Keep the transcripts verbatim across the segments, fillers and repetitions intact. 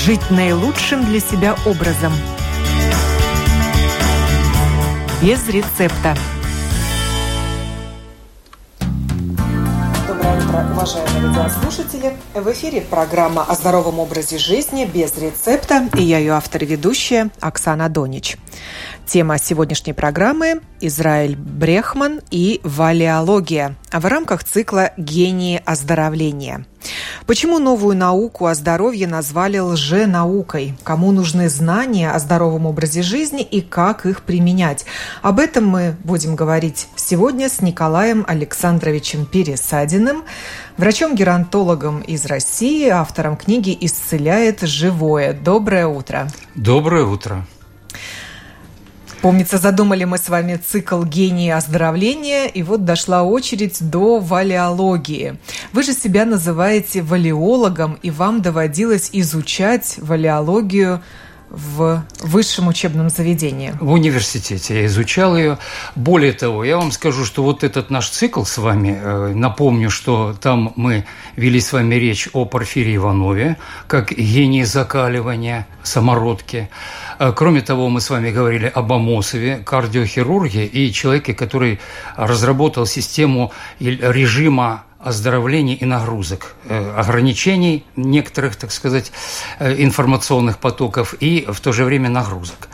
жить наилучшим для себя образом. Без рецепта. Доброе утро, уважаемые радиослушатели. В эфире программа о здоровом образе жизни без рецепта. И я ее автор и ведущая Оксана Донич. Тема сегодняшней программы – Израиль Брехман и валеология в рамках цикла «Гении оздоровления». Почему новую науку о здоровье назвали лженаукой? Кому нужны знания о здоровом образе жизни и как их применять? Об этом мы будем говорить сегодня с Николаем Александровичем Пересадиным, врачом-геронтологом из России, автором книги «Исцеляет живое». Доброе утро. Доброе утро. Помнится, задумали мы с вами цикл «Гении оздоровления», и вот дошла очередь до валеологии. Вы же себя называете валеологом, и вам доводилось изучать валеологию в высшем учебном заведении. В университете я изучал ее. Более того, я вам скажу, что вот этот наш цикл с вами, э, напомню, что там мы вели с вами речь о Порфирии Иванове, как гении закаливания, самородки. Э, кроме того, мы с вами говорили об Амосове, кардиохирурге, и человеке, который разработал систему режима оздоровлений и нагрузок, ограничений некоторых, так сказать, информационных потоков и в то же время нагрузок.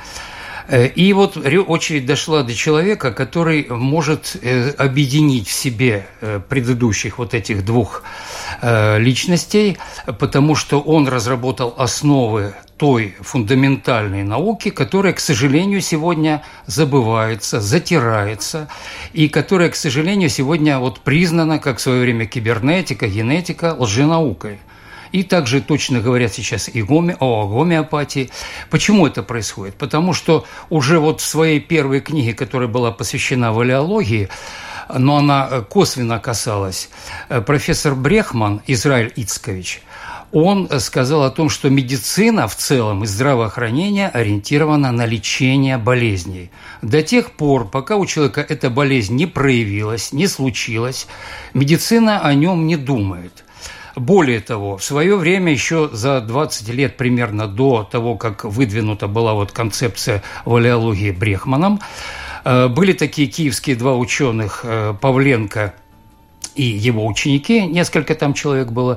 И вот очередь дошла до человека, который может объединить в себе предыдущих вот этих двух личностей, потому что он разработал основы той фундаментальной науки, которая, к сожалению, сегодня забывается, затирается, и которая, к сожалению, сегодня вот признана, как в свое время кибернетика, генетика, лженаукой. И также точно говорят сейчас и гоме, о гомеопатии. Почему это происходит? Потому что уже вот в своей первой книге, которая была посвящена валеологии, но она косвенно касалась, профессор Брехман, Израиль Ицкович, он сказал о том, что медицина в целом и здравоохранение ориентирована на лечение болезней. До тех пор, пока у человека эта болезнь не проявилась, не случилась, медицина о нем не думает. Более того, в свое время, еще за двадцать лет примерно до того, как выдвинута была вот концепция валеологии Брехманом, были такие киевские два ученых, Павленко и его ученики, несколько там человек было,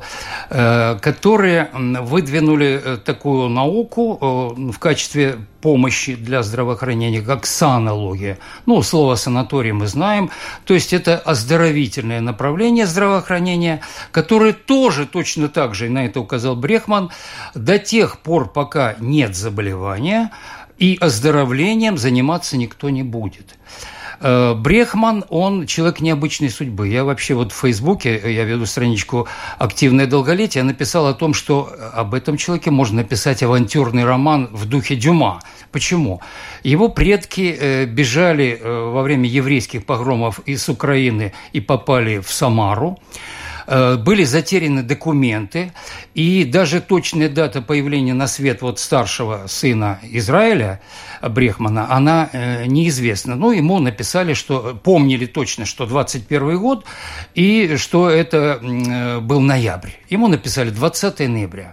которые выдвинули такую науку в качестве помощи для здравоохранения, как санология. Ну, слово санаторий мы знаем. То есть это оздоровительное направление здравоохранения, которое тоже точно так же, и на это указал Брехман, до тех пор, пока нет заболевания, и оздоровлением заниматься никто не будет. Брехман, он человек необычной судьбы. Я вообще вот в Фейсбуке, я веду страничку «Активное долголетие», написал о том, что об этом человеке можно написать авантюрный роман в духе Дюма. Почему? Его предки бежали во время еврейских погромов из Украины и попали в Самару. Были затеряны документы, и даже точная дата появления на свет вот старшего сына Израиля, Брехмана, она неизвестна. Но ему написали, что помнили точно, что двадцать первый год, и что это был ноябрь. Ему написали двадцатого ноября.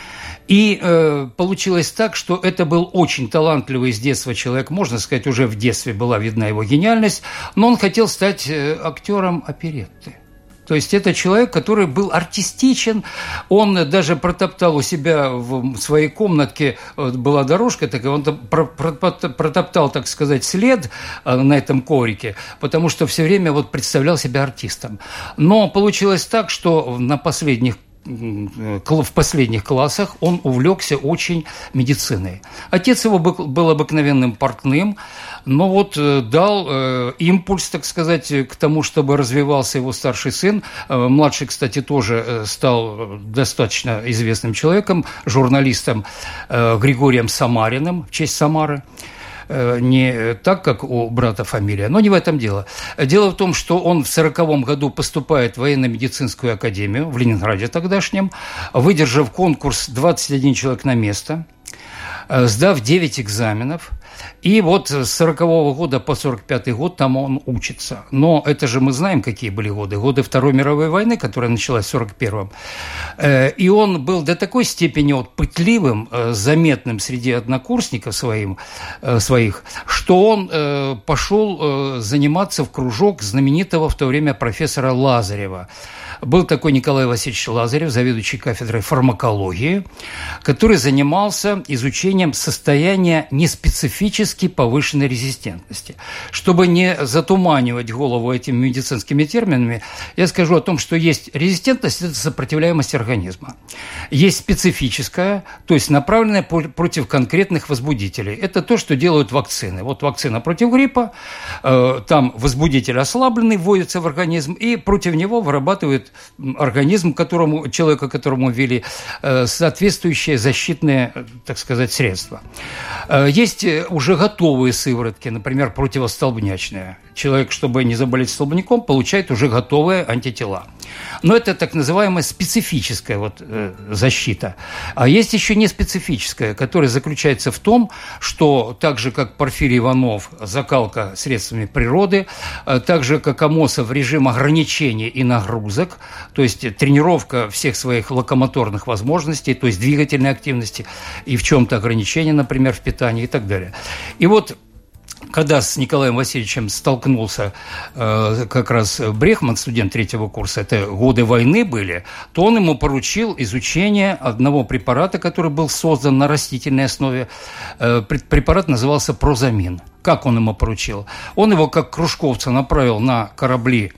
И э, получилось так, что это был очень талантливый с детства человек, можно сказать, уже в детстве была видна его гениальность, но он хотел стать э, актером оперетты. То есть это человек, который был артистичен, он даже протоптал у себя в своей комнатке, была дорожка такая, он протоптал, так сказать, след на этом коврике, потому что все время вот представлял себя артистом. Но получилось так, что на последних в последних классах он увлекся очень медициной. Отец его был обыкновенным портным, но вот дал импульс, так сказать, к тому, чтобы развивался его старший сын. Младший, кстати, тоже стал достаточно известным человеком, журналистом Григорием Самариным в честь Самары. Не так, как у брата фамилия, но не в этом дело. Дело в том, что он в сороковом году поступает в военно-медицинскую академию в Ленинграде тогдашнем, выдержав конкурс двадцать один человек на место, сдав девять экзаменов, И вот с сорокового года по сорок пятый год там он учится. Но это же мы знаем, какие были годы. Годы Второй мировой войны, которая началась в сорок первом. И он был до такой степени вот пытливым, заметным среди однокурсников своим, своих, что он пошел заниматься в кружок знаменитого в то время профессора Лазарева. Был такой Николай Васильевич Лазарев, заведующий кафедрой фармакологии, который занимался изучением состояния неспецифически повышенной резистентности. Чтобы не затуманивать голову этими медицинскими терминами, я скажу о том, что есть резистентность – это сопротивляемость организма. Есть специфическая, то есть направленная против конкретных возбудителей. Это то, что делают вакцины. Вот вакцина против гриппа, там возбудитель ослабленный вводится в организм, и против него вырабатывают организм, которому, человека, которому ввели соответствующие защитные, так сказать, средства. Есть уже готовые сыворотки, например, противостолбнячные. Человек, чтобы не заболеть столбняком, получает уже готовые антитела. Но это так называемая специфическая вот, э, защита. А есть еще неспецифическая, которая заключается в том, что так же, как Порфирий Иванов, закалка средствами природы, э, так же, как Амосов, режим ограничений и нагрузок, то есть тренировка всех своих локомоторных возможностей, то есть двигательной активности и в чем-то ограничения, например, в питании и так далее. И вот когда с Николаем Васильевичем столкнулся э, как раз Брехман, студент третьего курса, это годы войны были, то он ему поручил изучение одного препарата, который был создан на растительной основе. Э, препарат назывался прозамин. Как он ему поручил? Он его, как кружковца, направил на корабли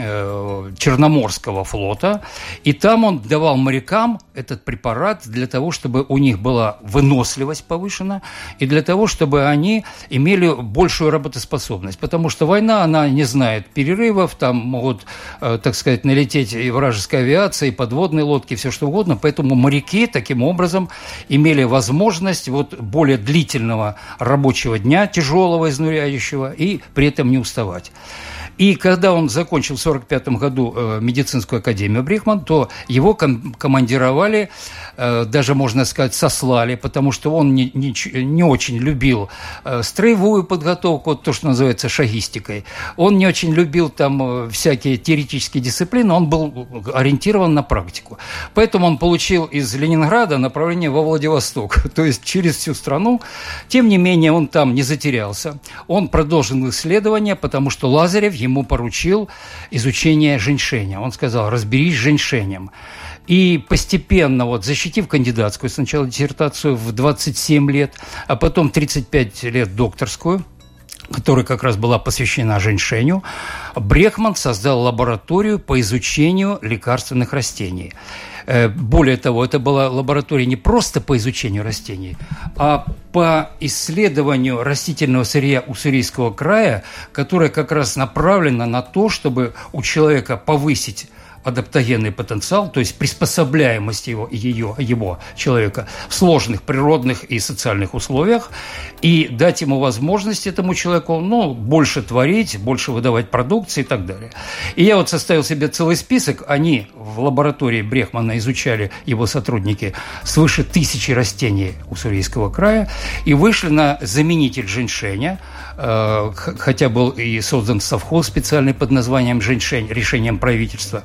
Черноморского флота, и там он давал морякам этот препарат для того, чтобы у них была выносливость повышена, и для того, чтобы они имели большую работоспособность. Потому что война, она не знает перерывов, там могут, так сказать, налететь и вражеская авиация, и подводные лодки, все что угодно, поэтому моряки таким образом имели возможность вот более длительного рабочего дня, тяжелого, изнуряющего, и при этом не уставать. И когда он закончил в сорок пятом году медицинскую академию Брехман, то его ком- командировали, даже, можно сказать, сослали, потому что он не, не, не очень любил строевую подготовку, вот то, что называется шагистикой. Он не очень любил там всякие теоретические дисциплины, он был ориентирован на практику. Поэтому он получил из Ленинграда направление во Владивосток, то есть через всю страну. Тем не менее, он там не затерялся. Он продолжил исследования, потому что Лазарев ему поручил изучение женьшеня. Он сказал: разберись с женьшенем. И постепенно, вот, защитив кандидатскую сначала диссертацию в двадцать семь лет, а потом тридцать пять лет докторскую, которая как раз была посвящена женьшеню, Брехман создал лабораторию по изучению лекарственных растений. Более того, это была лаборатория не просто по изучению растений, а по исследованию растительного сырья Уссурийского края, которая как раз направлена на то, чтобы у человека повысить адаптогенный потенциал, то есть приспособляемость его, ее, его человека в сложных природных и социальных условиях, и дать ему возможность, этому человеку, ну, больше творить, больше выдавать продукции и так далее. И я вот составил себе целый список. Они в лаборатории Брехмана изучали, его сотрудники, свыше тысячи растений Уссурийского края и вышли на заменитель женьшеня, хотя был и создан совхоз специальный под названием «Женьшень» решением правительства.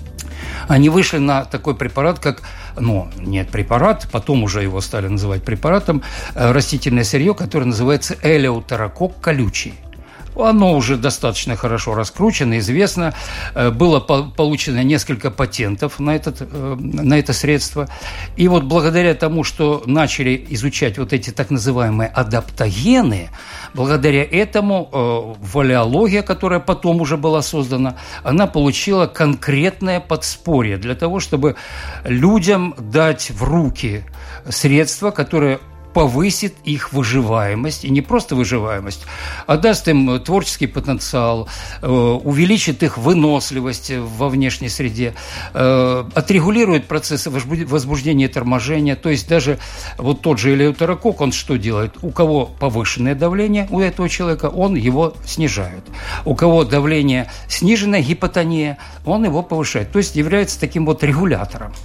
Они вышли на такой препарат, как, ну, нет, препарат, потом уже его стали называть препаратом, растительное сырье, которое называется элеутерокок колючий. Оно уже достаточно хорошо раскручено, известно. Было получено несколько патентов на, этот, на это средство. И вот благодаря тому, что начали изучать вот эти так называемые адаптогены, благодаря этому валеология, которая потом уже была создана, она получила конкретное подспорье для того, чтобы людям дать в руки средства, которые повысит их выживаемость, и не просто выживаемость, а даст им творческий потенциал, увеличит их выносливость во внешней среде, отрегулирует процессы возбуждения и торможения. То есть даже вот тот же элеутерокок, он что делает? У кого повышенное давление у этого человека, он его снижает. У кого давление сниженное, гипотония, он его повышает. То есть является таким вот регулятором.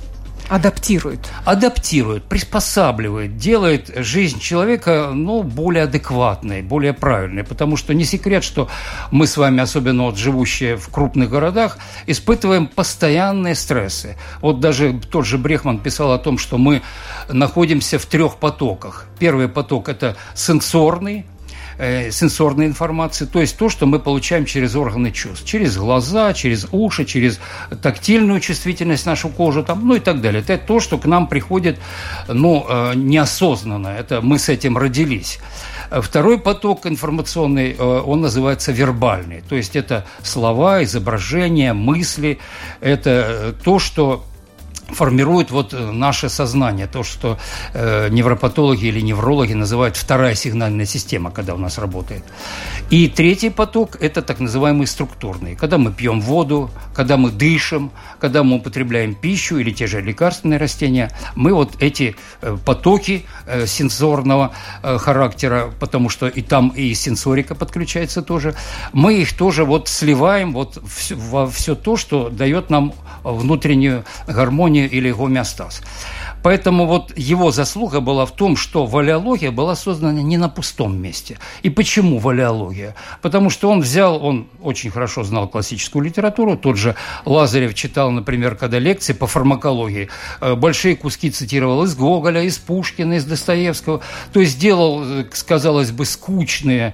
Адаптирует. Адаптирует, приспосабливает, делает жизнь человека, ну, более адекватной, более правильной. Потому что не секрет, что мы с вами, особенно вот живущие в крупных городах, испытываем постоянные стрессы. Вот даже тот же Брехман писал о том, что мы находимся в трех потоках. Первый поток – это сенсорный, сенсорной информации, то есть то, что мы получаем через органы чувств, через глаза, через уши, через тактильную чувствительность, нашу кожу, там, ну и так далее. Это то, что к нам приходит, ну, неосознанно, это мы с этим родились. Второй поток информационный, он называется вербальный, то есть это слова, изображения, мысли, это то, что формирует вот наше сознание, то, что э, невропатологи или неврологи называют вторая сигнальная система, когда у нас работает. И третий поток – это так называемый структурный, когда мы пьем воду, когда мы дышим, когда мы употребляем пищу или те же лекарственные растения, мы вот эти э, потоки э, сенсорного э, характера, потому что и там и сенсорика подключается тоже, мы их тоже вот сливаем вот в, во все то, что дает нам внутреннюю гармонию или гомеостаз. Поэтому вот его заслуга была в том, что валеология была создана не на пустом месте. И почему валеология? Потому что он взял, он очень хорошо знал классическую литературу, тот же Лазарев читал, например, когда лекции по фармакологии, большие куски цитировал из Гоголя, из Пушкина, из Достоевского, то есть делал, казалось бы, скучные,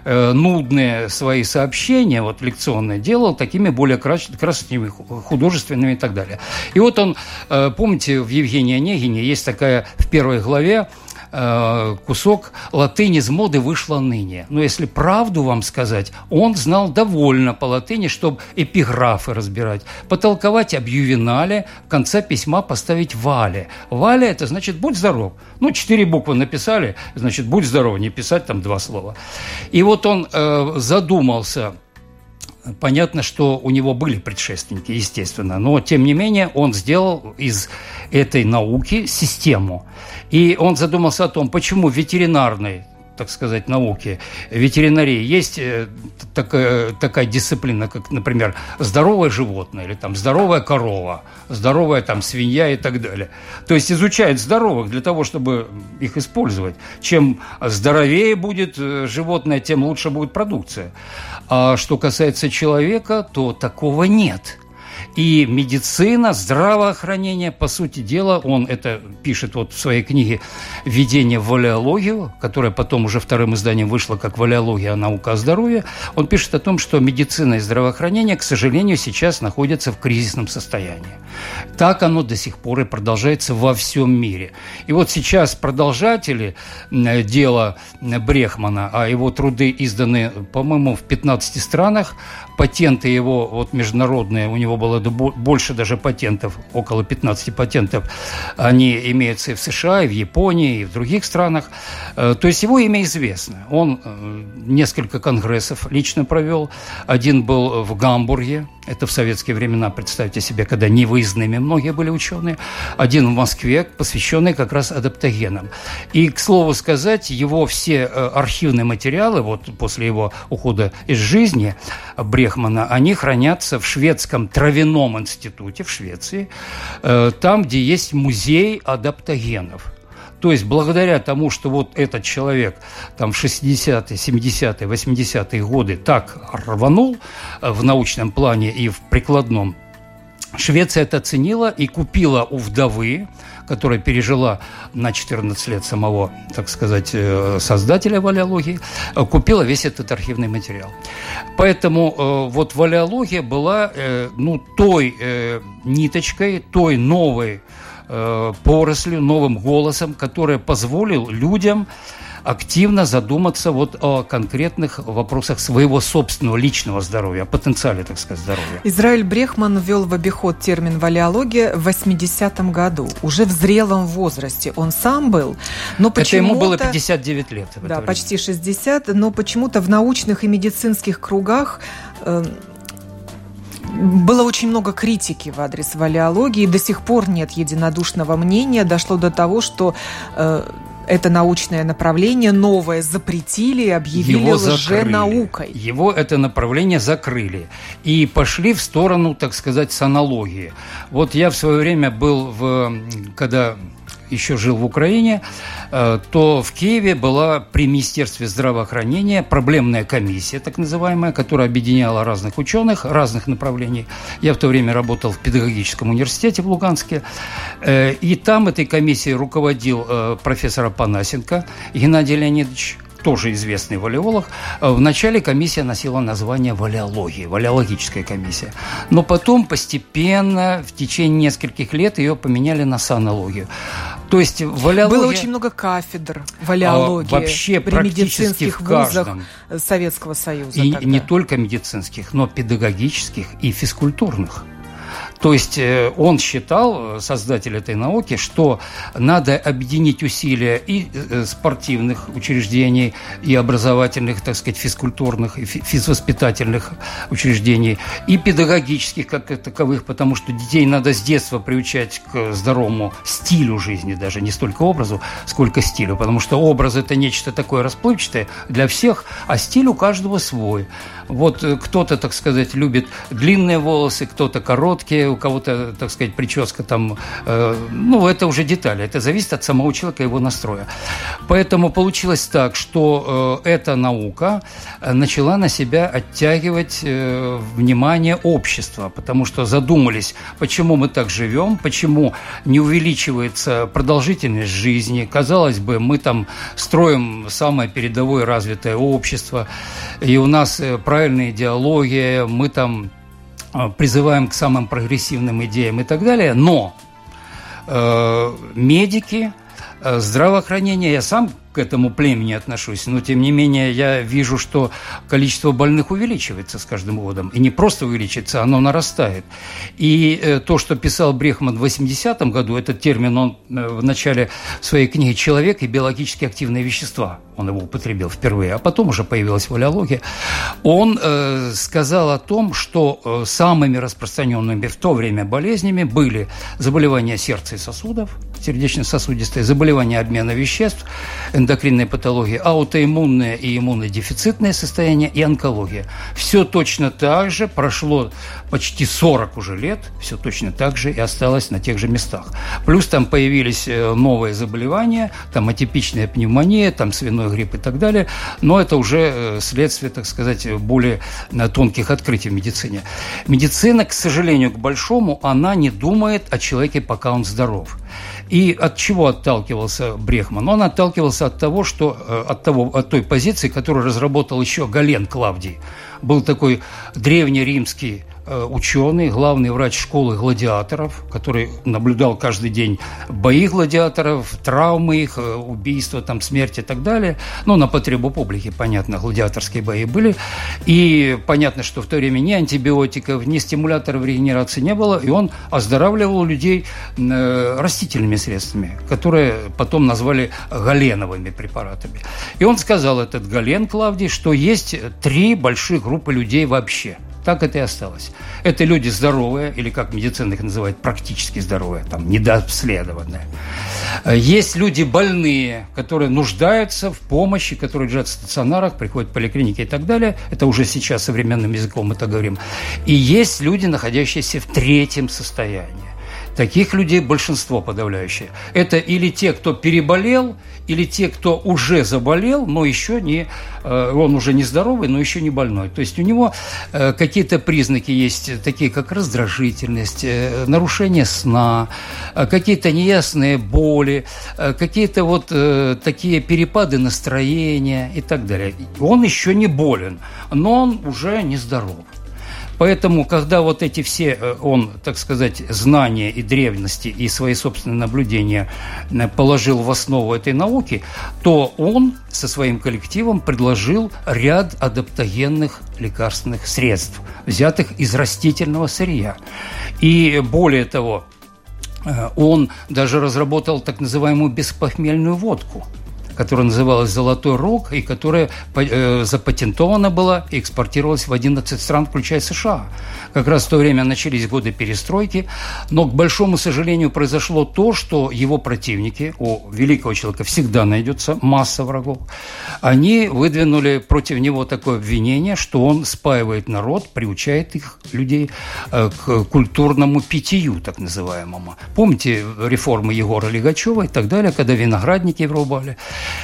нудные свои сообщения, вот лекционные, делал такими более красочными, художественными и так далее. И вот он, помните, в Евгении Онегине есть такая в первой главе э, кусок «Латынь из моды вышла ныне». Но если правду вам сказать, он знал довольно по латыни, чтобы эпиграфы разбирать, потолковать об Ювенале, в конце письма поставить «Вале». «Вале» – это значит «будь здоров». Ну, четыре буквы написали, значит «будь здоров», не писать там два слова. И вот он э, задумался. Понятно, что у него были предшественники, естественно, но, тем не менее, он сделал из этой науки систему. И он задумался о том, почему в ветеринарной, так сказать, науке, ветеринарии есть такая, такая дисциплина, как, например, здоровое животное или там здоровая корова, здоровая там свинья и так далее. То есть изучают здоровых для того, чтобы их использовать. Чем здоровее будет животное, тем лучше будет продукция. А что касается человека, то такого нет. И медицина, здравоохранение, по сути дела, он это пишет вот в своей книге «Введение в валеологию», которая потом уже вторым изданием вышла как «Валеология. Наука о здоровье». Он пишет о том, что медицина и здравоохранение, к сожалению, сейчас находятся в кризисном состоянии. Так оно до сих пор и продолжается во всем мире. И вот сейчас продолжатели дела Брехмана, а его труды изданы, по-моему, в пятнадцати странах, патенты его вот международные, у него было больше даже патентов, около пятнадцати патентов, они имеются и в США, и в Японии, и в других странах. То есть его имя известно. Он несколько конгрессов лично провел. Один был в Гамбурге, это в советские времена, представьте себе, когда невыездными многие были ученые. Один в Москве, посвященный как раз адаптогенам. И, к слову сказать, его все архивные материалы, вот после его ухода из жизни Брехмана, они хранятся в шведском травяном институте в Швеции, там, где есть музей адаптогенов. То есть благодаря тому, что вот этот человек там в шестидесятые, семидесятые, восьмидесятые годы так рванул в научном плане и в прикладном, Швеция это оценила и купила у вдовы, которая пережила на четырнадцать лет самого, так сказать, создателя валеологии, купила весь этот архивный материал. Поэтому вот валеология была ну, той ниточкой, той новой порослью, новым голосом, который позволил людям активно задуматься вот о конкретных вопросах своего собственного личного здоровья, о потенциале, так сказать, здоровья. Израиль Брехман ввел в обиход термин валеология в восьмидесятом году, уже в зрелом возрасте. Он сам был, но почему-то... Это ему было пятьдесят девять лет. Да, почти шестьдесят, но почему-то в научных и медицинских кругах... Э, Было очень много критики в адрес валеологии, до сих пор нет единодушного мнения. Дошло до того, что э, это научное направление новое запретили и объявили лженаукой. Его это направление закрыли. И пошли в сторону, так сказать, сонологии. Вот я в свое время был, в, когда еще жил в Украине, то в Киеве была при Министерстве здравоохранения проблемная комиссия, так называемая, которая объединяла разных ученых, разных направлений. Я в то время работал в педагогическом университете в Луганске, и там этой комиссией руководил профессор Апанасенко Геннадий Леонидович, тоже известный валеолог. Вначале комиссия носила название валеологии, валеологическая комиссия. Но потом постепенно, в течение нескольких лет, ее поменяли на сонологию. То есть валеология... Было очень много кафедр валеологии а, вообще при медицинских вузах Советского Союза. И тогда. Не только медицинских, но педагогических и физкультурных. То есть он считал, создатель этой науки, что надо объединить усилия и спортивных учреждений, и образовательных, так сказать, физкультурных, и физвоспитательных учреждений, и педагогических как таковых, потому что детей надо с детства приучать к здоровому стилю жизни, даже не столько образу, сколько стилю, потому что образ – это нечто такое расплывчатое для всех, а стиль у каждого свой. Вот кто-то, так сказать, любит длинные волосы, кто-то короткие, у кого-то, так сказать, прическа там, э, ну, это уже детали, это зависит от самого человека и его настроя. Поэтому получилось так, что э, эта наука начала на себя оттягивать э, внимание общества, потому что задумались, почему мы так живем, почему не увеличивается продолжительность жизни. Казалось бы, мы там строим самое передовое развитое общество, и у нас правильная идеология, мы там призываем к самым прогрессивным идеям и так далее, но э, медики, э, здравоохранение, я сам к этому племени отношусь, но тем не менее я вижу, что количество больных увеличивается с каждым годом, и не просто увеличивается, оно нарастает. И э, то, что писал Брехман в восьмидесятом году, этот термин он э, в начале своей книги «Человек и биологически активные вещества», он его употребил впервые, а потом уже появилась валеология, он э, сказал о том, что э, самыми распространенными в то время болезнями были заболевания сердца и сосудов, сердечно-сосудистые, заболевания обмена веществ, эндокринные патологии, аутоиммунные и иммунодефицитные состояния и онкология. Все точно так же, прошло почти сорок уже лет, все точно так же и осталось на тех же местах. Плюс там появились новые заболевания, там атипичная пневмония, там свиной грипп и так далее, но это уже следствие, так сказать, более тонких открытий в медицине. Медицина, к сожалению, к большому, она не думает о человеке, пока он здоров. И от чего отталкивался Брехман? Он отталкивался от того, что от, того, от той позиции, которую разработал еще Гален Клавдий. Был такой древнеримский ученый, главный врач школы гладиаторов, который наблюдал каждый день бои гладиаторов, травмы их, убийства, там, смерти и так далее. Ну, на потребу публики, понятно, гладиаторские бои были. И понятно, что в то время ни антибиотиков, ни стимуляторов регенерации не было, и он оздоравливал людей растительными средствами, которые потом назвали галеновыми препаратами. И он сказал, этот Гален Клавдий, что есть три больших группы людей вообще. Так это и осталось. Это люди здоровые, или как медицина их называет, практически здоровые, там, недообследованные. Есть люди больные, которые нуждаются в помощи, которые лежат в стационарах, приходят в поликлиники и так далее. Это уже сейчас современным языком мы так говорим. И есть люди, находящиеся в третьем состоянии. Таких людей большинство подавляющее. Это или те, кто переболел, или те, кто уже заболел, но еще не, он уже не здоровый, но еще не больной. То есть у него какие-то признаки есть, такие как раздражительность, нарушение сна, какие-то неясные боли, какие-то вот такие перепады настроения и так далее. Он еще не болен, но он уже не здоров. Поэтому, когда вот эти все, он, так сказать, знания и древности, и свои собственные наблюдения положил в основу этой науки, то он со своим коллективом предложил ряд адаптогенных лекарственных средств, взятых из растительного сырья. И более того, он даже разработал так называемую беспохмельную водку. которая называлась «Золотой рог», и которая э, запатентована была и экспортировалась в одиннадцать стран, включая США. Как раз в то время начались годы перестройки, но, к большому сожалению, произошло то, что его противники, у великого человека всегда найдется масса врагов, они выдвинули против него такое обвинение, что он спаивает народ, приучает их, людей, э, к культурному питью, так называемому. Помните реформы Егора Лигачева и так далее, когда виноградники врубали.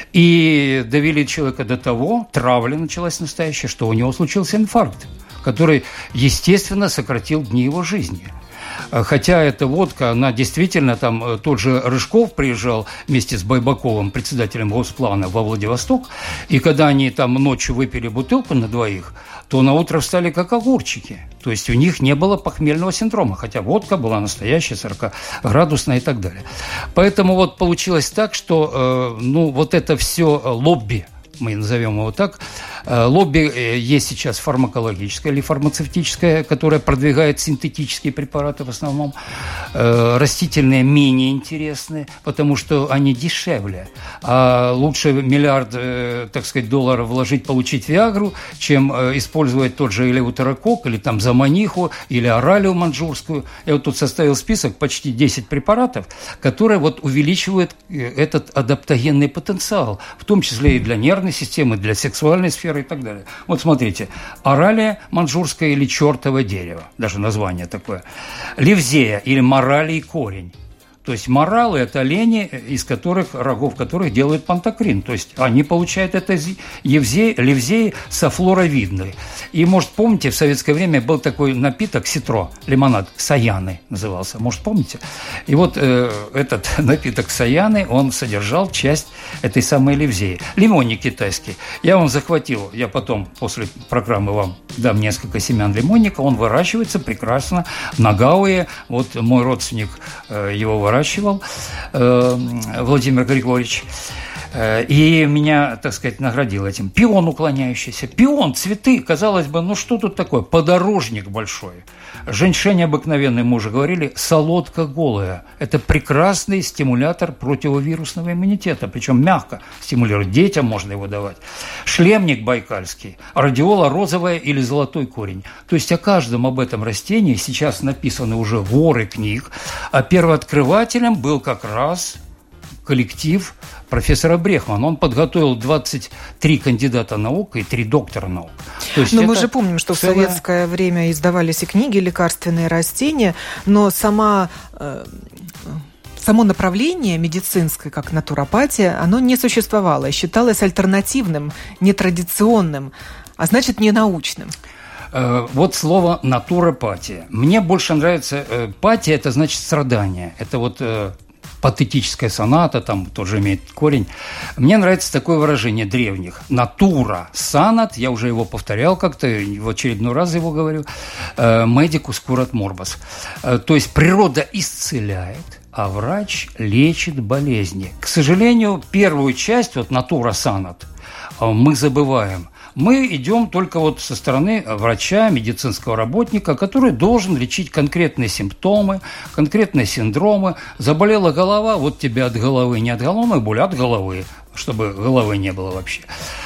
И довели человека до того, травля началась настоящая, что у него случился инфаркт, который, естественно, сократил дни его жизни. Хотя эта водка, она действительно, там тот же Рыжков приезжал вместе с Байбаковым, председателем Госплана, во Владивосток, и когда они там ночью выпили бутылку на двоих, то на утро встали как огурчики. То есть у них не было похмельного синдрома, хотя водка была настоящая, сорокаградусная и так далее. Поэтому вот получилось так, что э, ну, вот это все лобби, мы назовем его так. Лобби есть сейчас фармакологическое или фармацевтическое, которое продвигает синтетические препараты в основном. Растительные менее интересны, потому что они дешевле. А лучше миллиард, так сказать, долларов вложить, получить Виагру, чем использовать тот же элеутерокок, или там заманиху, или оралию маньчжурскую. Я вот тут составил список, почти десять препаратов, которые вот увеличивают этот адаптогенный потенциал, в том числе и для нервной системы, для сексуальной сферы и так далее. Вот смотрите, оралия маньчжурская или чертово дерево, даже название такое. Ливзея или моралий корень. То есть моралы – это олени, из которых, рогов которых делают пантокрин. То есть они получают это из евзеи, ливзеи софлоровидной. И, может, помните, в советское время был такой напиток ситро, лимонад, саяны назывался. Может, помните? И вот э, этот напиток саяны, он содержал часть этой самой ливзеи. Лимонник китайский. Я вам захватил, я потом после программы вам дам несколько семян лимонника. Он выращивается прекрасно на Гауе. Вот мой родственник э, его выращивал. выращивал Владимир Григорьевич, и меня, так сказать, наградил этим. Пион уклоняющийся. Пион, цветы, казалось бы, ну что тут такое? Подорожник большой. Женьшень обыкновенный, мы уже говорили, солодка голая. Это прекрасный стимулятор противовирусного иммунитета, причем мягко стимулирует. Детям можно его давать. Шлемник байкальский, радиола розовая или золотой корень. То есть о каждом об этом растении сейчас написаны уже воры книг, а первооткрывателем был как раз коллектив профессора Брехмана. Он подготовил двадцать три кандидата наук и три доктора наук. Но мы же помним, что целое... в советское время издавались и книги «Лекарственные растения», но сама... Э... Само направление медицинское, как натуропатия, оно не существовало и считалось альтернативным, нетрадиционным, а значит, ненаучным. Вот слово «натуропатия». Мне больше нравится... Патия – это значит страдание. Это вот... патетическая соната, там тоже имеет корень. Мне нравится такое выражение древних. Натура санат, я уже его повторял как-то, в очередной раз его говорю, медикус курат морбас. То есть природа исцеляет, а врач лечит болезни. К сожалению, первую часть, вот натура санат, мы забываем. Мы идем только вот со стороны врача, медицинского работника, который должен лечить конкретные симптомы, конкретные синдромы. Заболела голова, вот тебе от головы, не от головы, боль от головы, чтобы головы не было вообще.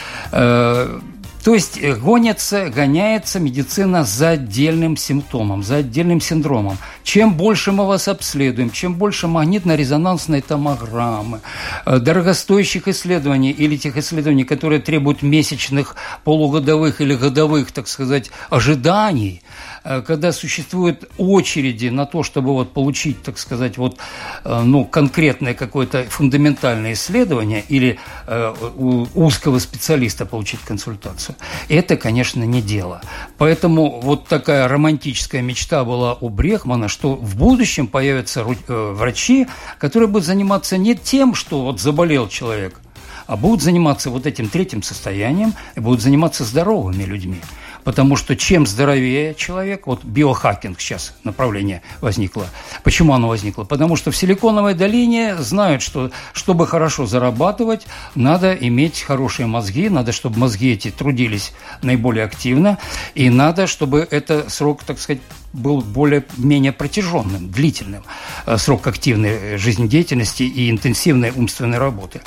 То есть гонится, гоняется медицина за отдельным симптомом, за отдельным синдромом. Чем больше мы вас обследуем, чем больше магнитно-резонансной томограммы, дорогостоящих исследований или тех исследований, которые требуют месячных, полугодовых или годовых, так сказать, ожиданий, когда существуют очереди на то, чтобы вот получить, так сказать, вот, ну, конкретное какое-то фундаментальное исследование или у узкого специалиста получить консультацию, это, конечно, не дело. Поэтому вот такая романтическая мечта была у Брехмана, что в будущем появятся врачи, которые будут заниматься не тем, что вот заболел человек, а будут заниматься вот этим третьим состоянием и будут заниматься здоровыми людьми. Потому что чем здоровее человек, вот биохакинг сейчас направление возникло. Почему оно возникло? Потому что в Силиконовой долине знают, что чтобы хорошо зарабатывать, надо иметь хорошие мозги, надо, чтобы мозги эти трудились наиболее активно, и надо, чтобы это срок, так сказать, был более-менее протяженным, длительным. Срок активной жизнедеятельности и интенсивной умственной работы.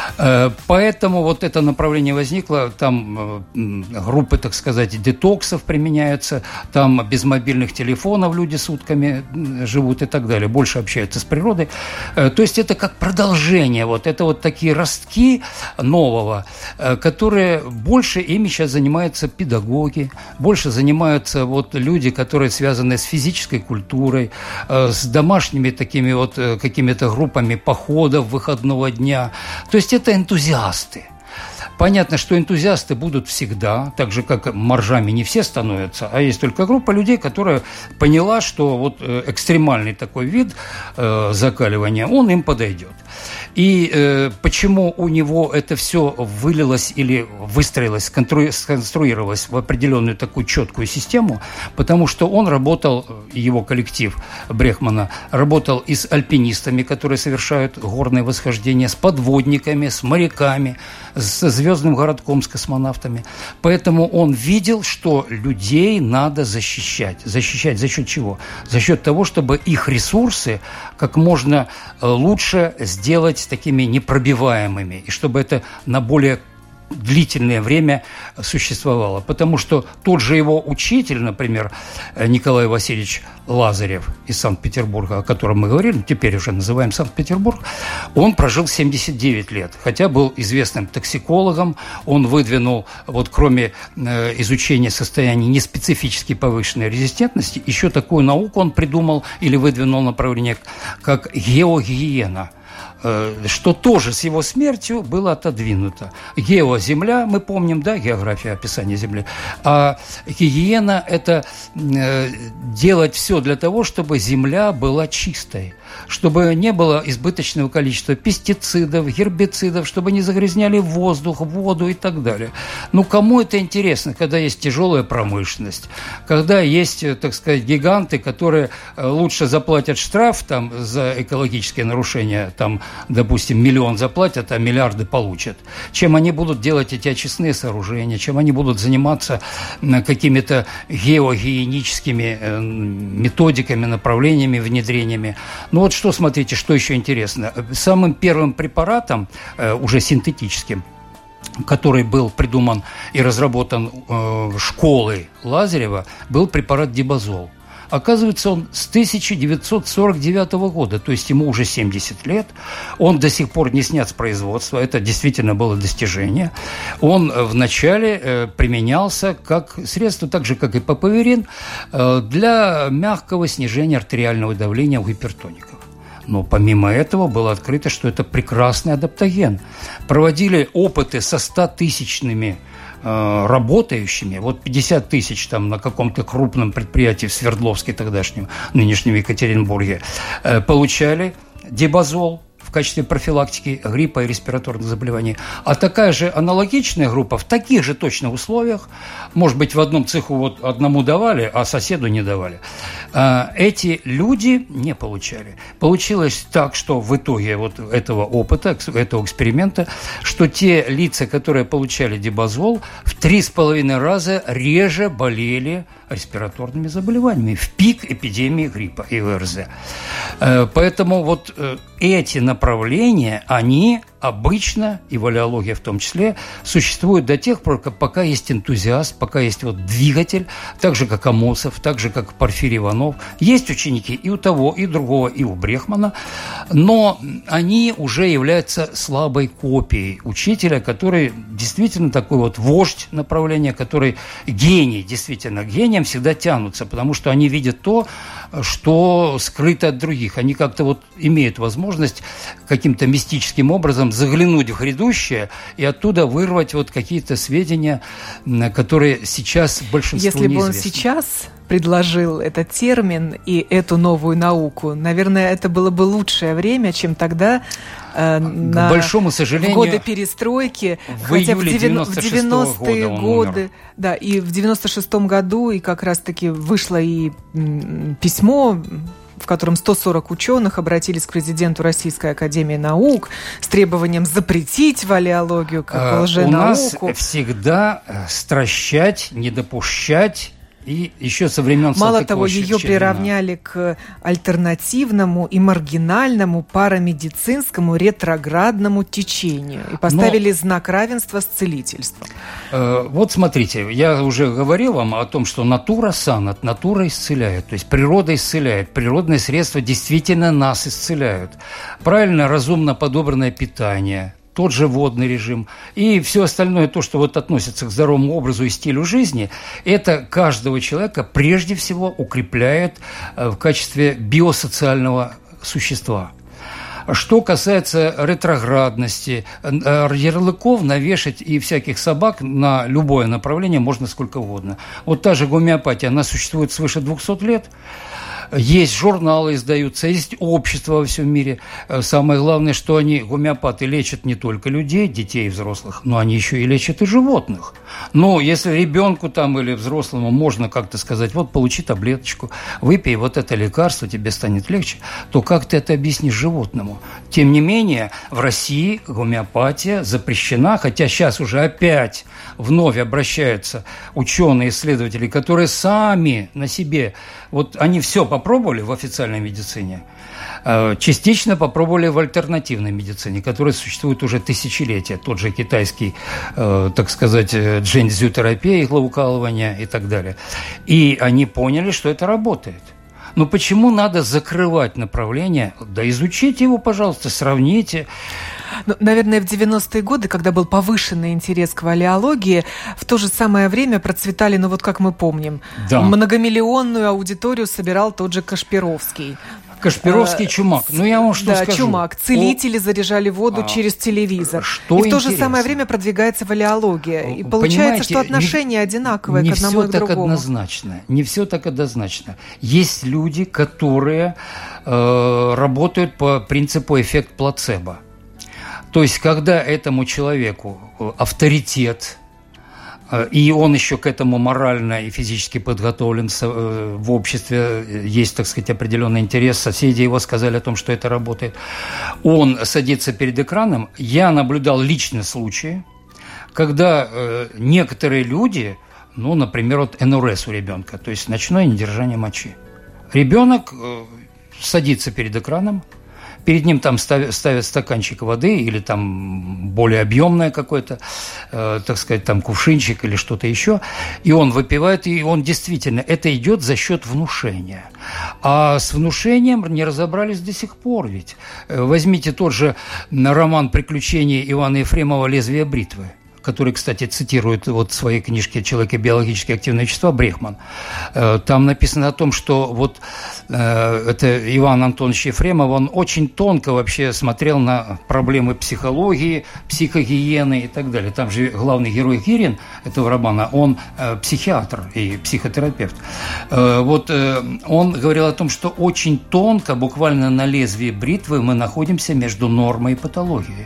Поэтому вот это направление возникло. Там группы, так сказать, детоксов применяются. Там без мобильных телефонов люди сутками живут и так далее. Больше общаются с природой. То есть это как продолжение. Вот это вот такие ростки нового, которые больше ими сейчас занимаются педагоги, больше занимаются вот люди, которые связаны с физической культурой, с домашними такими вот какими-то группами походов выходного дня. То есть это энтузиасты. Понятно, что энтузиасты будут всегда, так же, как моржами не все становятся, а есть только группа людей, которая поняла, что вот экстремальный такой вид э, закаливания, он им подойдет. И э, почему у него это все вылилось или выстроилось, сконструировалось в определенную такую четкую систему? Потому что он работал, его коллектив Брехмана, работал и с альпинистами, которые совершают горные восхождения, с подводниками, с моряками, с звездным городком, с космонавтами. Поэтому он видел, что людей надо защищать. Защищать за счет чего? За счет того, чтобы их ресурсы как можно лучше сделать такими непробиваемыми, и чтобы это на более длительное время существовало. Потому что тот же его учитель, например, Николай Васильевич Лазарев из Санкт-Петербурга, о котором мы говорили, теперь уже называем Санкт-Петербург, он прожил семьдесят девять лет, хотя был известным токсикологом. Он выдвинул, вот кроме э, изучения состояния неспецифически повышенной резистентности, еще такую науку он придумал или выдвинул направление, как геогиена, что тоже с его смертью было отодвинуто. Гео – земля, мы помним, да, география, описание Земли. А гигиена – это делать все для того, чтобы земля была чистой, чтобы не было избыточного количества пестицидов, гербицидов, чтобы не загрязняли воздух, воду и так далее. Ну, кому это интересно, когда есть тяжелая промышленность, когда есть, так сказать, гиганты, которые лучше заплатят штраф там, за экологические нарушения, там, допустим, миллион заплатят, а миллиарды получат, чем они будут делать эти очистные сооружения, чем они будут заниматься какими-то геогиеническими методиками, направлениями, внедрениями. Ну вот что, смотрите, что еще интересно. Самым первым препаратом, уже синтетическим, который был придуман и разработан школой Лазарева, был препарат дибазол. Оказывается, он с тысяча девятьсот сорок девятого года, то есть ему уже семьдесят лет. Он до сих пор не снят с производства. Это действительно было достижение. Он вначале применялся как средство, так же, как и папаверин, для мягкого снижения артериального давления у гипертоников. Но помимо этого было открыто, что это прекрасный адаптоген. Проводили опыты со стотысячными работающими, вот пятьдесят тысяч там на каком-то крупном предприятии в Свердловске тогдашнем, нынешнем Екатеринбурге, получали дибазол в качестве профилактики гриппа и респираторных заболеваний. А такая же аналогичная группа в таких же точно условиях, может быть, в одном цеху вот одному давали, а соседу не давали, эти люди не получали. Получилось так, что в итоге вот этого опыта, этого эксперимента, что те лица, которые получали дибазол, в три с половиной раза реже болели респираторными заболеваниями в пик эпидемии гриппа и ОРЗ. Поэтому вот эти направления, они обычно, и валеология в том числе, существуют до тех пор, пока есть энтузиаст, пока есть вот двигатель, так же, как Амосов, так же, как Порфирий Иванов. Есть ученики и у того, и другого, и у Брехмана, но они уже являются слабой копией учителя, который действительно такой вот вождь направления, который гений, действительно, к гениям всегда тянутся, потому что они видят то, что скрыто от других. Они как-то вот имеют возможность каким-то мистическим образом заглянуть в грядущее и оттуда вырвать вот какие-то сведения, которые сейчас большинству неизвестны. Если бы он сейчас предложил этот термин и эту новую науку, наверное, это было бы лучшее время, чем тогда, э, на, к большому сожалению, в годы перестройки, в хотя в девяностые годы, да, и в девяносто шестом году и как раз-таки вышло и м, письмо, в котором сто сорок ученых обратились к президенту Российской академии наук с требованием запретить валеологию как лженауку. У нас всегда стращать, не допущать И еще со времен Мало того, ее приравняли к альтернативному и маргинальному парамедицинскому ретроградному течению и поставили Но... знак равенства с целительством. Э, вот смотрите, я уже говорил вам о том, что натура санат, натура исцеляет, то есть природа исцеляет, природные средства действительно нас исцеляют. Правильно, разумно подобранное питание, тот же водный режим и все остальное, то, что вот относится к здоровому образу и стилю жизни, это каждого человека прежде всего укрепляет в качестве биосоциального существа. Что касается ретроградности, ярлыков навешать и всяких собак на любое направление можно сколько угодно. Вот та же гомеопатия, она существует свыше двухсот лет. Есть журналы, издаются, есть общества во всем мире. Самое главное, что они, гомеопаты, лечат не только людей, детей и взрослых, но они еще и лечат и животных. Но если ребенку там или взрослому можно как-то сказать, вот получи таблеточку, выпей вот это лекарство, тебе станет легче, то как ты это объяснишь животному? Тем не менее, в России гомеопатия запрещена, хотя сейчас уже опять вновь обращаются ученые, исследователи, которые сами на себе, вот они все попробовали в официальной медицине, частично попробовали в альтернативной медицине, которая существует уже тысячелетия. Тот же китайский, так сказать, джэньцзю-терапия, иглоукалывание и так далее. И они поняли, что это работает. Но почему надо закрывать направление? Да изучите его, пожалуйста, сравните. Ну, наверное, в девяностые годы, когда был повышенный интерес к валеологии, в то же самое время процветали, ну вот как мы помним, да. Многомиллионную аудиторию собирал тот же Кашпировский. Кашпировский а, Чумак. Ну, я вам что да, скажу. Чумак. Целители О... заряжали воду а, через телевизор. Что и в то интересно? же самое время продвигается валеология. И получается, Понимаете, что отношение не, одинаковое не к одному и к другому. Не все так однозначно. Не все так однозначно. Есть люди, которые э, работают по принципу эффект плацебо. То есть, когда этому человеку авторитет, и он еще к этому морально и физически подготовлен в обществе, есть, так сказать, определенный интерес, соседи его сказали о том, что это работает, он садится перед экраном. Я наблюдал личные случаи, когда некоторые люди, ну, например, вот эн эр эс у ребенка, то есть ночное недержание мочи. Ребенок садится перед экраном, перед ним там ставят, ставят стаканчик воды или там более объемное какое-то, э, так сказать, там кувшинчик или что-то еще, и он выпивает, и он действительно, это идет за счет внушения. А с внушением не разобрались до сих пор ведь. Возьмите тот же роман «Приключения Ивана Ефремова. Лезвие бритвы», который, кстати, цитирует вот в своей книжке «Человек и биологически активные вещества» Брехман. Там написано о том, что вот это Иван Антонович Ефремов, он очень тонко вообще смотрел на проблемы психологии, психогиены и так далее. Там же главный герой Гирин этого романа, он психиатр и психотерапевт. Вот он говорил о том, что очень тонко, буквально на лезвии бритвы, мы находимся между нормой и патологией.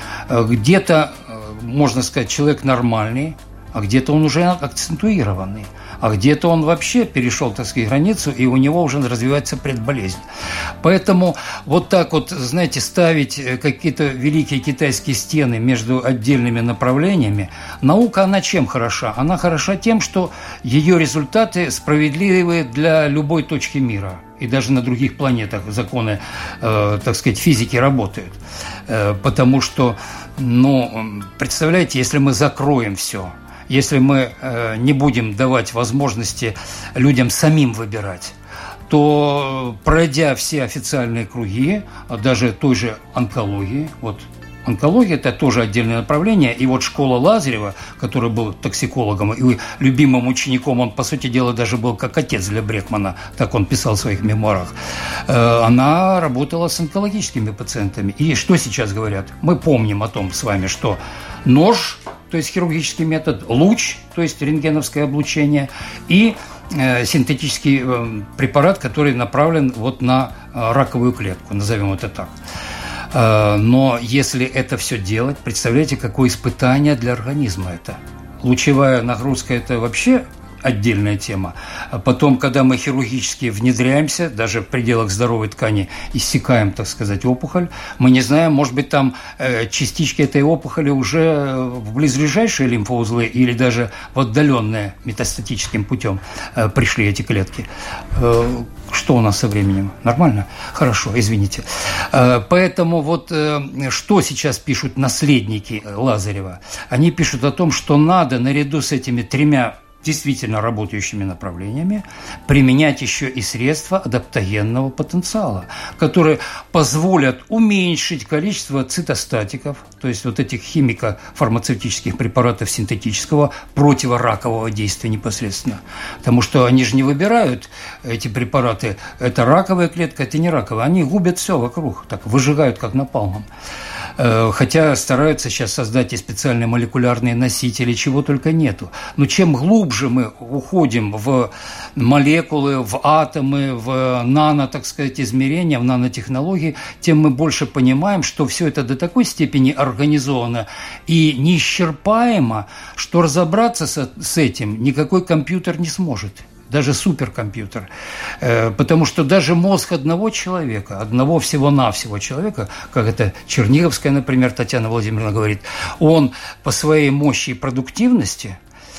Где-то, можно сказать, человек нормальный, а где-то он уже акцентуированный, а где-то он вообще перешел, так сказать, границу, и у него уже развивается предболезнь. Поэтому вот так вот, знаете, ставить какие-то великие китайские стены между отдельными направлениями, наука, она чем хороша? Она хороша тем, что ее результаты справедливы для любой точки мира. И даже на других планетах законы, э, так сказать, физики работают. Э, потому что, ну, представляете, если мы закроем все, если мы э, не будем давать возможности людям самим выбирать, то, пройдя все официальные круги, даже той же онкологии, вот, онкология – это тоже отдельное направление. И вот школа Лазарева, который был токсикологом и любимым учеником, он, по сути дела, даже был как отец для Брехмана, так он писал в своих мемуарах, она работала с онкологическими пациентами. И что сейчас говорят? Мы помним о том с вами, что нож, то есть хирургический метод, луч, то есть рентгеновское облучение, и синтетический препарат, который направлен вот на раковую клетку, назовем это так. Но если это все делать, представляете, какое испытание для организма это. Лучевая нагрузка – это вообще отдельная тема. Потом, когда мы хирургически внедряемся, даже в пределах здоровой ткани, иссякаем, так сказать, опухоль, мы не знаем, может быть, там частички этой опухоли уже в близлежащие лимфоузлы или даже в отдаленные метастатическим путем пришли эти клетки. Что у нас со временем? Нормально? Хорошо, извините. Поэтому вот что сейчас пишут наследники Лазарева? Они пишут о том, что надо наряду с этими тремя действительно работающими направлениями применять еще и средства адаптогенного потенциала, которые позволят уменьшить количество цитостатиков, то есть вот этих химико-фармацевтических препаратов синтетического противоракового действия непосредственно. Потому что они же не выбирают эти препараты, это раковая клетка, это не раковая, они губят все вокруг, так выжигают как напалмом. Хотя стараются сейчас создать и специальные молекулярные носители, чего только нету. Но чем глубже мы уходим в молекулы, в атомы, в нано, так сказать, измерения, в нанотехнологии, тем мы больше понимаем, что все это до такой степени организовано и неисчерпаемо, что разобраться с, с этим никакой компьютер не сможет. Даже суперкомпьютер. Потому что даже мозг одного человека, одного всего-навсего человека, как это Черниговская, например, Татьяна Владимировна говорит, он по своей мощи и продуктивности,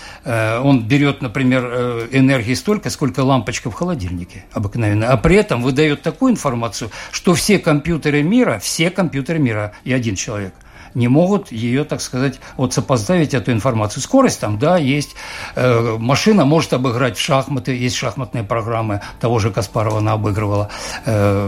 он берет, например, энергии столько, сколько лампочка в холодильнике обыкновенно, а при этом выдает такую информацию, что все компьютеры мира, все компьютеры мира и один человек – не могут ее, так сказать, вот сопоставить эту информацию. Скорость там, да, есть. Э, машина может обыграть в шахматы, есть шахматные программы, того же Каспарова она обыгрывала, э,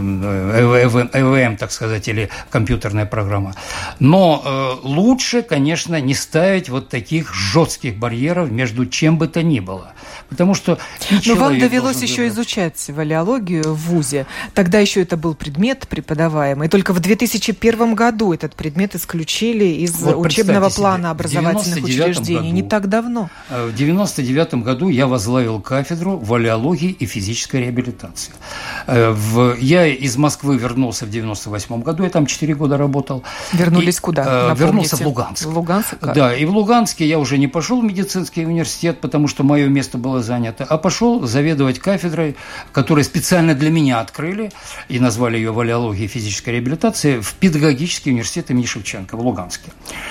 э вэ эм, так сказать, или компьютерная программа. Но э, лучше, конечно, не ставить вот таких жестких барьеров между чем бы то ни было. Потому что Но вам довелось еще выбрать. изучать валеологию в вузе. Тогда еще это был предмет преподаваемый. Только в две тысячи первом году этот предмет исключили из вот учебного плана образовательных учреждений. Году, не так давно. В девяносто девятом году я возглавил кафедру валеологии и физической реабилитации. Я из Москвы вернулся в девяносто восьмом году. Я там четыре года работал. Вернулись и, куда? Напомните. Вернулся в Луганск. В Луганск? Да, и в Луганске я уже не пошел в медицинский университет, потому что мое место было занято, а пошел заведовать кафедрой, которую специально для меня открыли и назвали ее валеологией и физической реабилитации, в педагогический университет имени Шевченко в Луганске.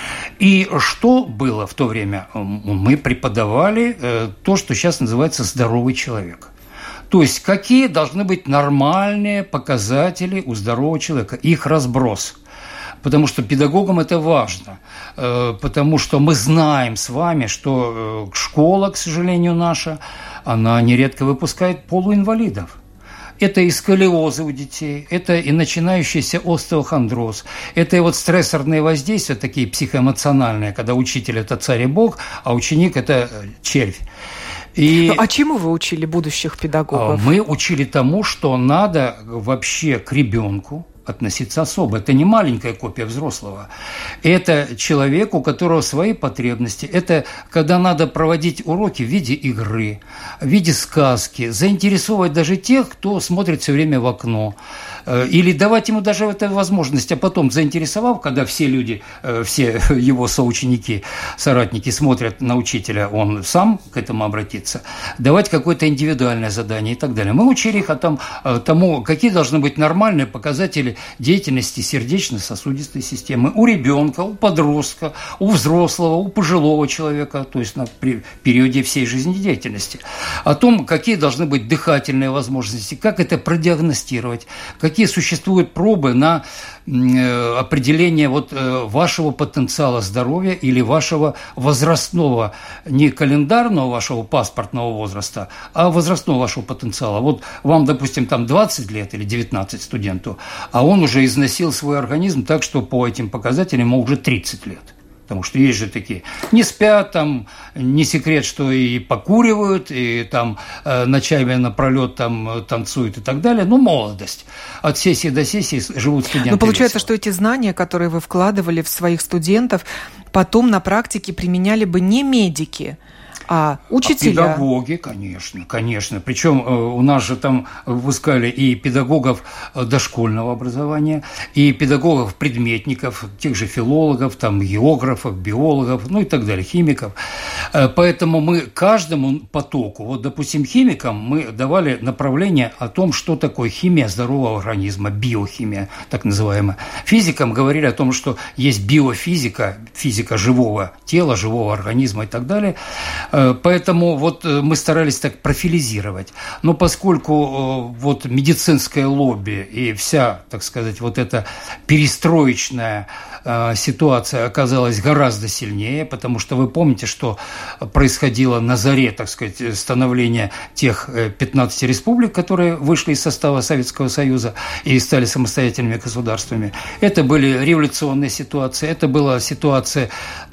И что было в то время? Мы преподавали то, что сейчас называется «здоровый человек». То есть, какие должны быть нормальные показатели у здорового человека, их разброс. Потому что педагогам это важно, потому что мы знаем с вами, что школа, к сожалению, наша, она нередко выпускает полуинвалидов. Это и сколиозы у детей, это и начинающийся остеохондроз, это и вот стрессорные воздействия, такие психоэмоциональные, когда учитель – это царь и бог, а ученик – это червь. И ну, а чему вы учили будущих педагогов? Мы учили тому, что надо вообще к ребенку относиться особо. Это не маленькая копия взрослого. Это человек, у которого свои потребности. Это когда надо проводить уроки в виде игры, в виде сказки, заинтересовывать даже тех, кто смотрит все время в окно. Или давать ему даже эту возможность, а потом, заинтересовав, когда все люди, все его соученики, соратники смотрят на учителя, он сам к этому обратится, давать какое-то индивидуальное задание и так далее. Мы учили их о том, тому, какие должны быть нормальные показатели деятельности сердечно-сосудистой системы у ребенка, у подростка, у взрослого, у пожилого человека, то есть на периоде всей жизнедеятельности. О том, какие должны быть дыхательные возможности, как это продиагностировать, какие существуют пробы на определение вот вашего потенциала здоровья или вашего возрастного, не календарного вашего паспортного возраста, а возрастного вашего потенциала. Вот вам, допустим, там двадцать лет или девятнадцать студенту, а он уже износил свой организм так, что по этим показателям ему уже тридцать лет. Потому что есть же такие, не спят, там, не секрет, что и покуривают, и там э, ночами напролет там танцуют и так далее. Ну, молодость. От сессии до сессии живут студенты. Но получается, весело. Что эти знания, которые вы вкладывали в своих студентов, потом на практике применяли бы не медики, А учителя? А педагоги, конечно, конечно. Причем у нас же там выпускали и педагогов дошкольного образования, и педагогов-предметников, тех же филологов, там, географов, биологов, ну и так далее, химиков. Поэтому мы каждому потоку, вот, допустим, химикам мы давали направление о том, что такое химия здорового организма, биохимия, так называемая. Физикам говорили о том, что есть биофизика, физика живого тела, живого организма и так далее. Поэтому вот мы старались так профилизировать. Но поскольку вот медицинское лобби и вся, так сказать, вот эта перестроечная ситуация оказалась гораздо сильнее, потому что вы помните, что происходило на заре, так сказать, становления тех пятнадцати республик, которые вышли из состава Советского Союза и стали самостоятельными государствами. Это были революционные ситуации, это была ситуация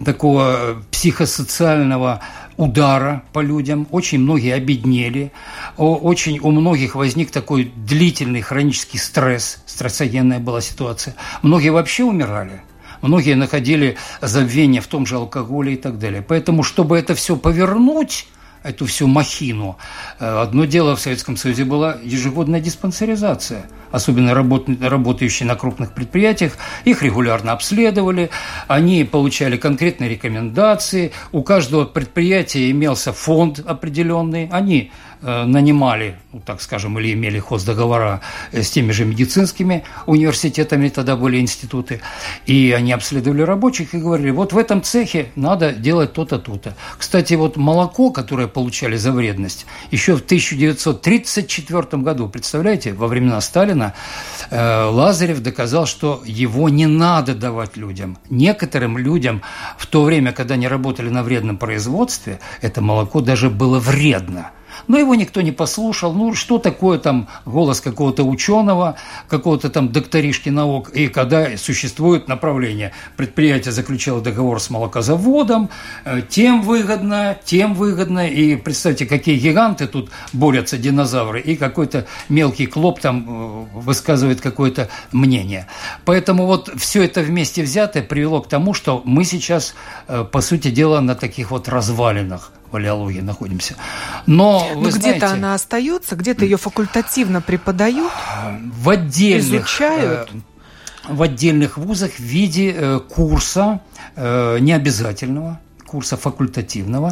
такого психосоциального удара по людям, очень многие обеднели, очень у многих возник такой длительный хронический стресс, стрессогенная была ситуация. Многие вообще умирали. Многие находили забвение в том же алкоголе и так далее. Поэтому, чтобы это все повернуть, эту всю махину, одно дело в Советском Союзе была ежегодная диспансеризация, особенно работающие на крупных предприятиях, их регулярно обследовали, они получали конкретные рекомендации, у каждого предприятия имелся фонд определенный, они нанимали, ну, так скажем, или имели хоздоговора с теми же медицинскими университетами, тогда были институты, и они обследовали рабочих и говорили, вот в этом цехе надо делать то-то, то-то. Кстати, вот молоко, которое получали за вредность, еще в тысяча девятьсот тридцать четвёртом году, представляете, во времена Сталина, э, Лазарев доказал, что его не надо давать людям. Некоторым людям в то время, когда они работали на вредном производстве, это молоко даже было вредно. Но его никто не послушал. Ну, что такое там голос какого-то ученого, какого-то там докторишки наук, и когда существует направление. Предприятие заключило договор с молокозаводом, тем выгодно, тем выгодно. И представьте, какие гиганты тут борются, динозавры, и какой-то мелкий клоп там высказывает какое-то мнение. Поэтому вот все это вместе взятое привело к тому, что мы сейчас, по сути дела, на таких вот развалинах валеологии находимся. Но, вы Но знаете, где-то она остается, где-то ее факультативно преподают, в отдельных, изучают. В отдельных вузах в виде курса необязательного, курса факультативного.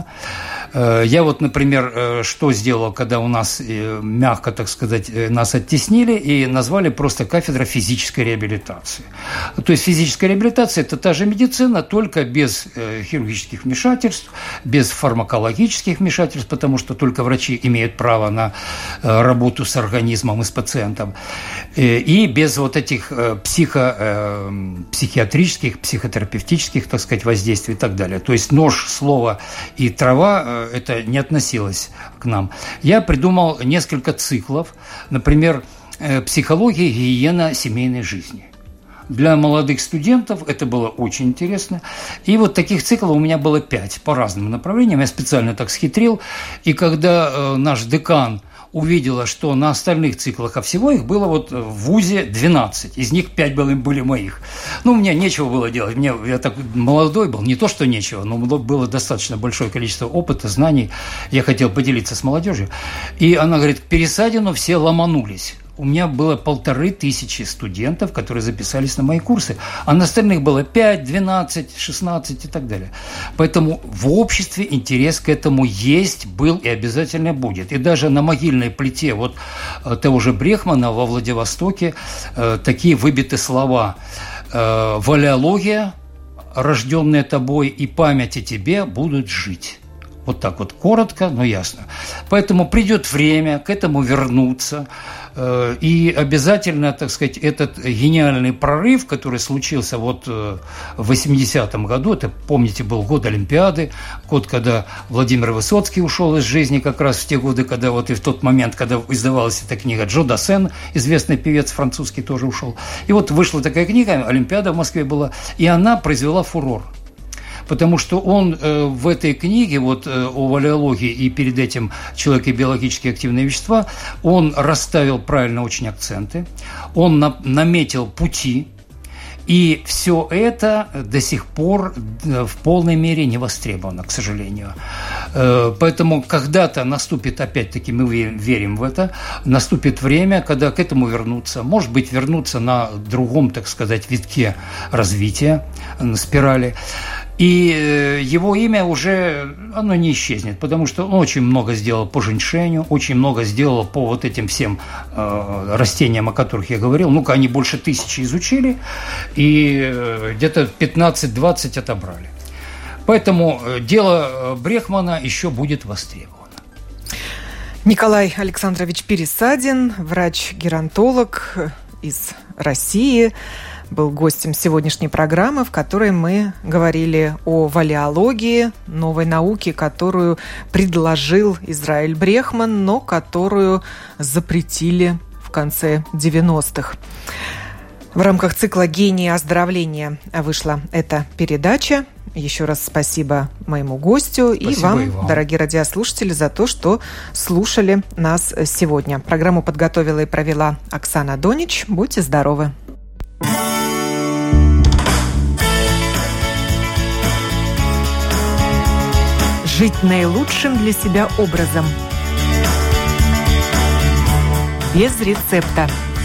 Я вот, например, что сделал, когда у нас, мягко, так сказать, нас оттеснили и назвали просто кафедра физической реабилитации. То есть физическая реабилитация – это та же медицина, только без хирургических вмешательств, без фармакологических вмешательств, потому что только врачи имеют право на работу с организмом и с пациентом, и без вот этих психо, психиатрических, психотерапевтических, так сказать, воздействий и так далее. То есть нож, слово и трава – это не относилось к нам. Я придумал несколько циклов, например, «Психология и гигиена семейной жизни». Для молодых студентов это было очень интересно. И вот таких циклов у меня было пять по разным направлениям. Я специально так схитрил. И когда наш декан увидела, что на остальных циклах, а всего их было вот в вузе двенадцать, из них пять было, были моих. Ну, мне нечего было делать, мне, я так молодой был, не то, что нечего, но было достаточно большое количество опыта, знаний, я хотел поделиться с молодежью. И она говорит, к Пересадину все ломанулись. У меня было полторы тысячи студентов, которые записались на мои курсы, а на остальных было пять, двенадцать, шестнадцать и так далее. Поэтому в обществе интерес к этому есть, был и обязательно будет. И даже на могильной плите вот того же Брехмана во Владивостоке такие выбиты слова: «Валеология, рожденная тобой, и память о тебе будут жить». Вот так вот коротко, но ясно. Поэтому придет время к этому вернуться. И обязательно, так сказать, этот гениальный прорыв, который случился вот в восьмидесятом году, это, помните, был год Олимпиады, год, когда Владимир Высоцкий ушел из жизни, как раз в те годы, когда вот и в тот момент, когда издавалась эта книга, Джо Дассен, известный певец французский, тоже ушел. И вот вышла такая книга, Олимпиада в Москве была, и она произвела фурор. Потому что он э, в этой книге вот, э, о валеологии и перед этим «Человек и биологически активные вещества», он расставил правильно очень акценты, он на, наметил пути, и все это до сих пор в полной мере не востребовано, к сожалению. Поэтому когда-то наступит, опять-таки мы верим в это, наступит время, когда к этому вернуться. Может быть, вернуться на другом, так сказать, витке развития, на спирали. И его имя уже, оно не исчезнет, потому что он очень много сделал по женьшеню, очень много сделал по вот этим всем э, растениям, о которых я говорил. Ну-ка, они больше тысячи изучили, и э, где-то пятнадцать-двадцать отобрали. Поэтому дело Брехмана еще будет востребовано. Николай Александрович Пересадин, врач-геронтолог из России, был гостем сегодняшней программы, в которой мы говорили о валеологии, новой науке, которую предложил Израиль Брехман, но которую запретили в конце девяностых. В рамках цикла «Гении оздоровления» вышла эта передача. Еще раз спасибо моему гостю спасибо и вам, и вам, дорогие радиослушатели, за то, что слушали нас сегодня. Программу подготовила и провела Оксана Донич. Будьте здоровы! Жить наилучшим для себя образом. Без рецепта.